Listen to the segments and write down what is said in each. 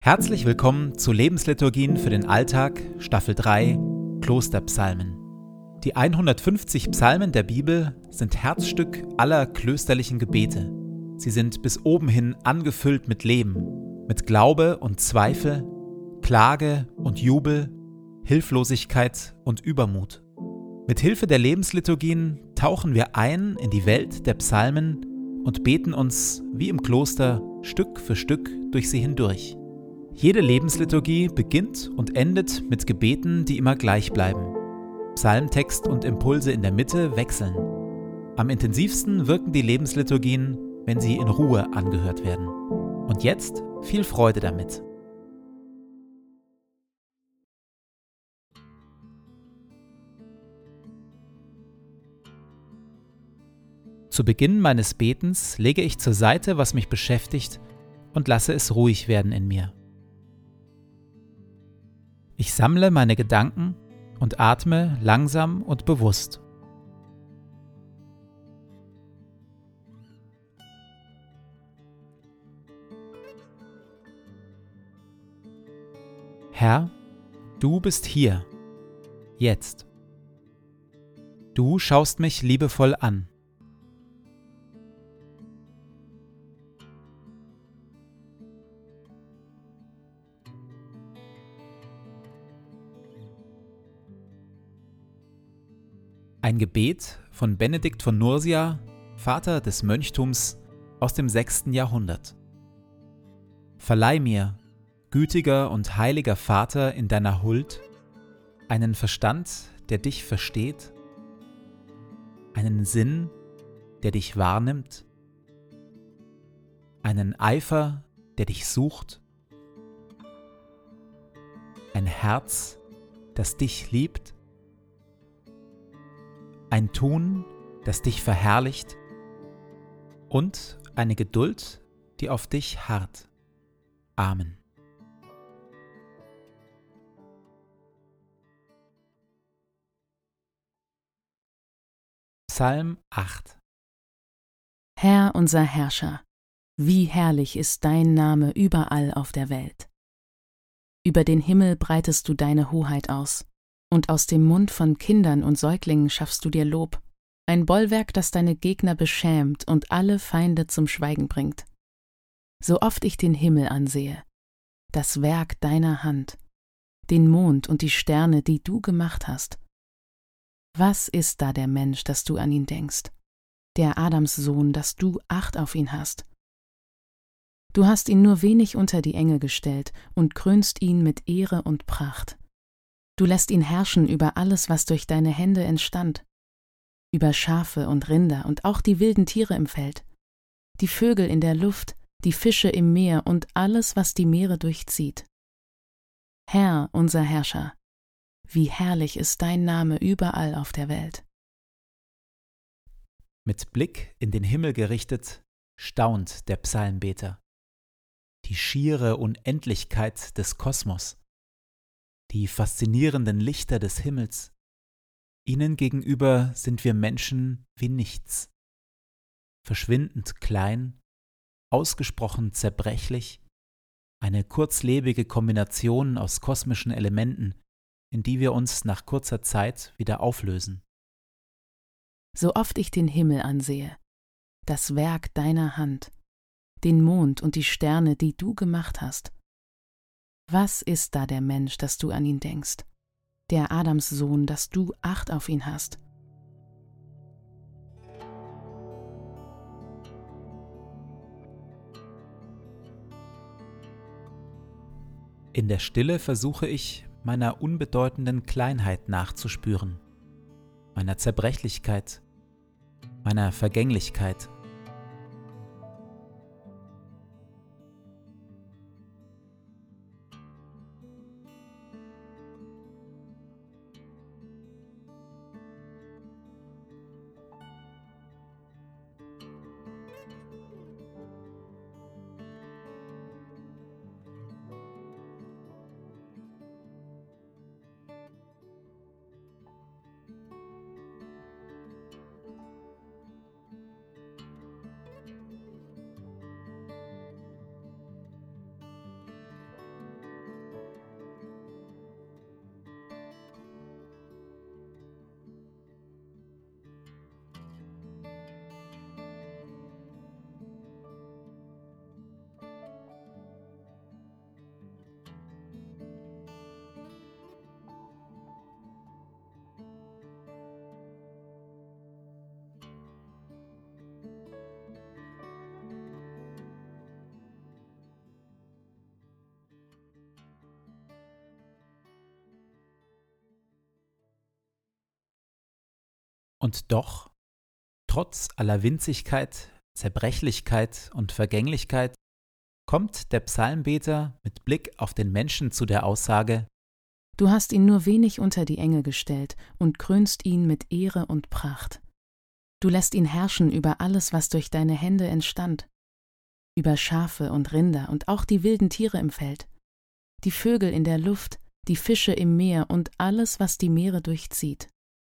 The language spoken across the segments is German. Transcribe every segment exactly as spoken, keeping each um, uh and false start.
Herzlich willkommen zu Lebensliturgien für den Alltag, Staffel drei, Klosterpsalmen. Die hundertfünfzig Psalmen der Bibel sind Herzstück aller klösterlichen Gebete. Sie sind bis oben hin angefüllt mit Leben, mit Glaube und Zweifel, Klage und Jubel, Hilflosigkeit und Übermut. Mit Hilfe der Lebensliturgien tauchen wir ein in die Welt der Psalmen und beten uns wie im Kloster Stück für Stück durch sie hindurch. Jede Lebensliturgie beginnt und endet mit Gebeten, die immer gleich bleiben. Psalmtext und Impulse in der Mitte wechseln. Am intensivsten wirken die Lebensliturgien, wenn sie in Ruhe angehört werden. Und jetzt viel Freude damit. Zu Beginn meines Betens lege ich zur Seite, was mich beschäftigt, und lasse es ruhig werden in mir. Ich sammle meine Gedanken und atme langsam und bewusst. Herr, du bist hier, jetzt. Du schaust mich liebevoll an. Ein Gebet von Benedikt von Nursia, Vater des Mönchtums aus dem sechsten Jahrhundert. Verleih mir, gütiger und heiliger Vater in deiner Huld, einen Verstand, der dich versteht, einen Sinn, der dich wahrnimmt, einen Eifer, der dich sucht, ein Herz, das dich liebt, ein Tun, das dich verherrlicht und eine Geduld, die auf dich harrt. Amen. Psalm acht. Herr, unser Herrscher, wie herrlich ist dein Name überall auf der Welt. Über den Himmel breitest du deine Hoheit aus. Und aus dem Mund von Kindern und Säuglingen schaffst du dir Lob, ein Bollwerk, das deine Gegner beschämt und alle Feinde zum Schweigen bringt. So oft ich den Himmel ansehe, das Werk deiner Hand, den Mond und die Sterne, die du gemacht hast. Was ist da der Mensch, dass du an ihn denkst, der Adamssohn, dass du Acht auf ihn hast? Du hast ihn nur wenig unter die Engel gestellt und krönst ihn mit Ehre und Pracht. Du lässt ihn herrschen über alles, was durch deine Hände entstand, über Schafe und Rinder und auch die wilden Tiere im Feld, die Vögel in der Luft, die Fische im Meer und alles, was die Meere durchzieht. Herr, unser Herrscher, wie herrlich ist dein Name überall auf der Welt. Mit Blick in den Himmel gerichtet, staunt der Psalmbeter. Die schiere Unendlichkeit des Kosmos. Die faszinierenden Lichter des Himmels. Ihnen gegenüber sind wir Menschen wie nichts. Verschwindend klein, ausgesprochen zerbrechlich, eine kurzlebige Kombination aus kosmischen Elementen, in die wir uns nach kurzer Zeit wieder auflösen. So oft ich den Himmel ansehe, das Werk deiner Hand, den Mond und die Sterne, die du gemacht hast. Was ist da der Mensch, dass du an ihn denkst, der Adamssohn, dass du Acht auf ihn hast? In der Stille versuche ich, meiner unbedeutenden Kleinheit nachzuspüren, meiner Zerbrechlichkeit, meiner Vergänglichkeit. Und doch, trotz aller Winzigkeit, Zerbrechlichkeit und Vergänglichkeit, kommt der Psalmbeter mit Blick auf den Menschen zu der Aussage: Du hast ihn nur wenig unter die Enge gestellt und krönst ihn mit Ehre und Pracht. Du lässt ihn herrschen über alles, was durch deine Hände entstand, über Schafe und Rinder und auch die wilden Tiere im Feld, die Vögel in der Luft, die Fische im Meer und alles, was die Meere durchzieht.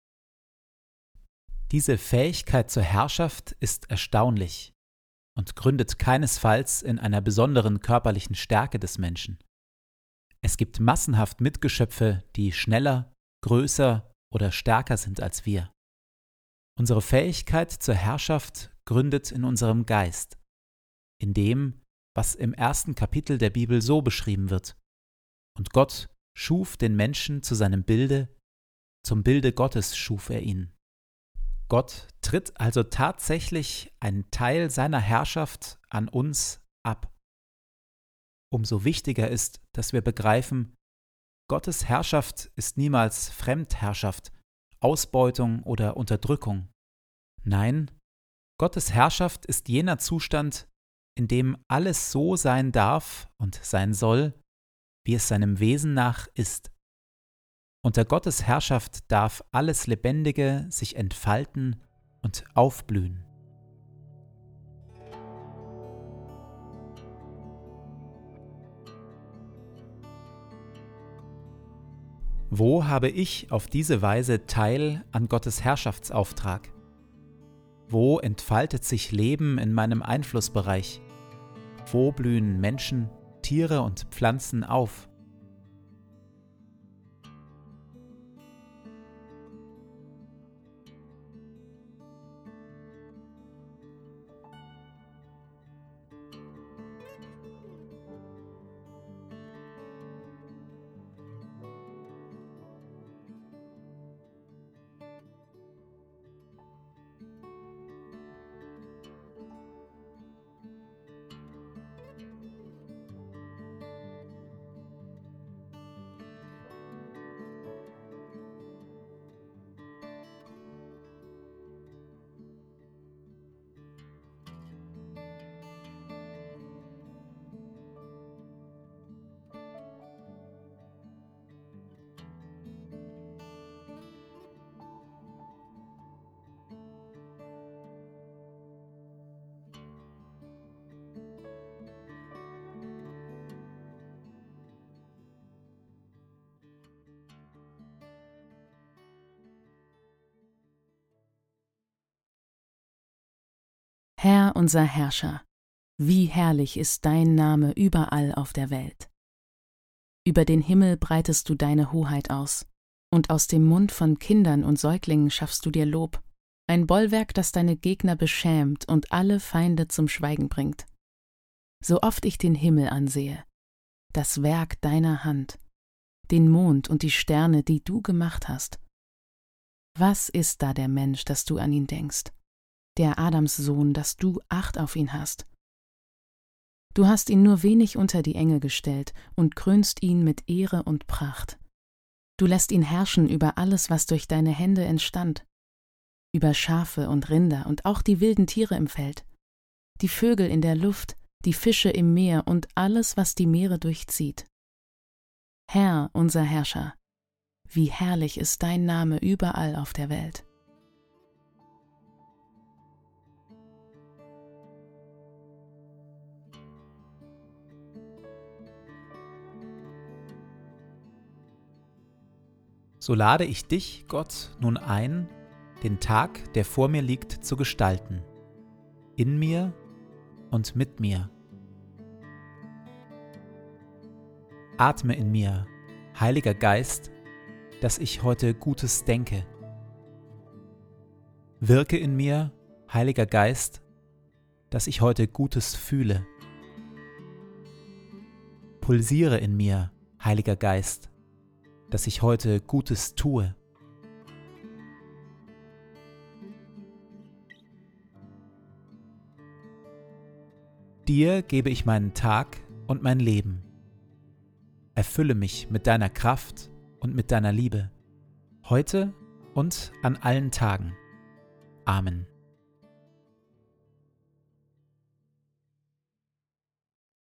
Diese Fähigkeit zur Herrschaft ist erstaunlich und gründet keinesfalls in einer besonderen körperlichen Stärke des Menschen. Es gibt massenhaft Mitgeschöpfe, die schneller, größer oder stärker sind als wir. Unsere Fähigkeit zur Herrschaft gründet in unserem Geist, in dem, was im ersten Kapitel der Bibel so beschrieben wird. Und Gott schuf den Menschen zu seinem Bilde, zum Bilde Gottes schuf er ihn. Gott tritt also tatsächlich einen Teil seiner Herrschaft an uns ab. Umso wichtiger ist, dass wir begreifen, Gottes Herrschaft ist niemals Fremdherrschaft, Ausbeutung oder Unterdrückung. Nein, Gottes Herrschaft ist jener Zustand, in dem alles so sein darf und sein soll, wie es seinem Wesen nach ist. Unter Gottes Herrschaft darf alles Lebendige sich entfalten und aufblühen. Wo habe ich auf diese Weise Teil an Gottes Herrschaftsauftrag? Wo entfaltet sich Leben in meinem Einflussbereich? Wo blühen Menschen, Tiere und Pflanzen auf? Herr, unser Herrscher, wie herrlich ist dein Name überall auf der Welt. Über den Himmel breitest du deine Hoheit aus, und aus dem Mund von Kindern und Säuglingen schaffst du dir Lob, ein Bollwerk, das deine Gegner beschämt und alle Feinde zum Schweigen bringt. So oft ich den Himmel ansehe, das Werk deiner Hand, den Mond und die Sterne, die du gemacht hast. Was ist da der Mensch, dass du an ihn denkst? Der Adamssohn, dass du Acht auf ihn hast. Du hast ihn nur wenig unter die Enge gestellt und krönst ihn mit Ehre und Pracht. Du lässt ihn herrschen über alles, was durch deine Hände entstand, über Schafe und Rinder und auch die wilden Tiere im Feld, die Vögel in der Luft, die Fische im Meer und alles, was die Meere durchzieht. Herr, unser Herrscher, wie herrlich ist dein Name überall auf der Welt. So lade ich dich, Gott, nun ein, den Tag, der vor mir liegt, zu gestalten, in mir und mit mir. Atme in mir, Heiliger Geist, dass ich heute Gutes denke. Wirke in mir, Heiliger Geist, dass ich heute Gutes fühle. Pulsiere in mir, Heiliger Geist, dass ich heute Gutes tue. Dir gebe ich meinen Tag und mein Leben. Erfülle mich mit deiner Kraft und mit deiner Liebe, heute und an allen Tagen. Amen.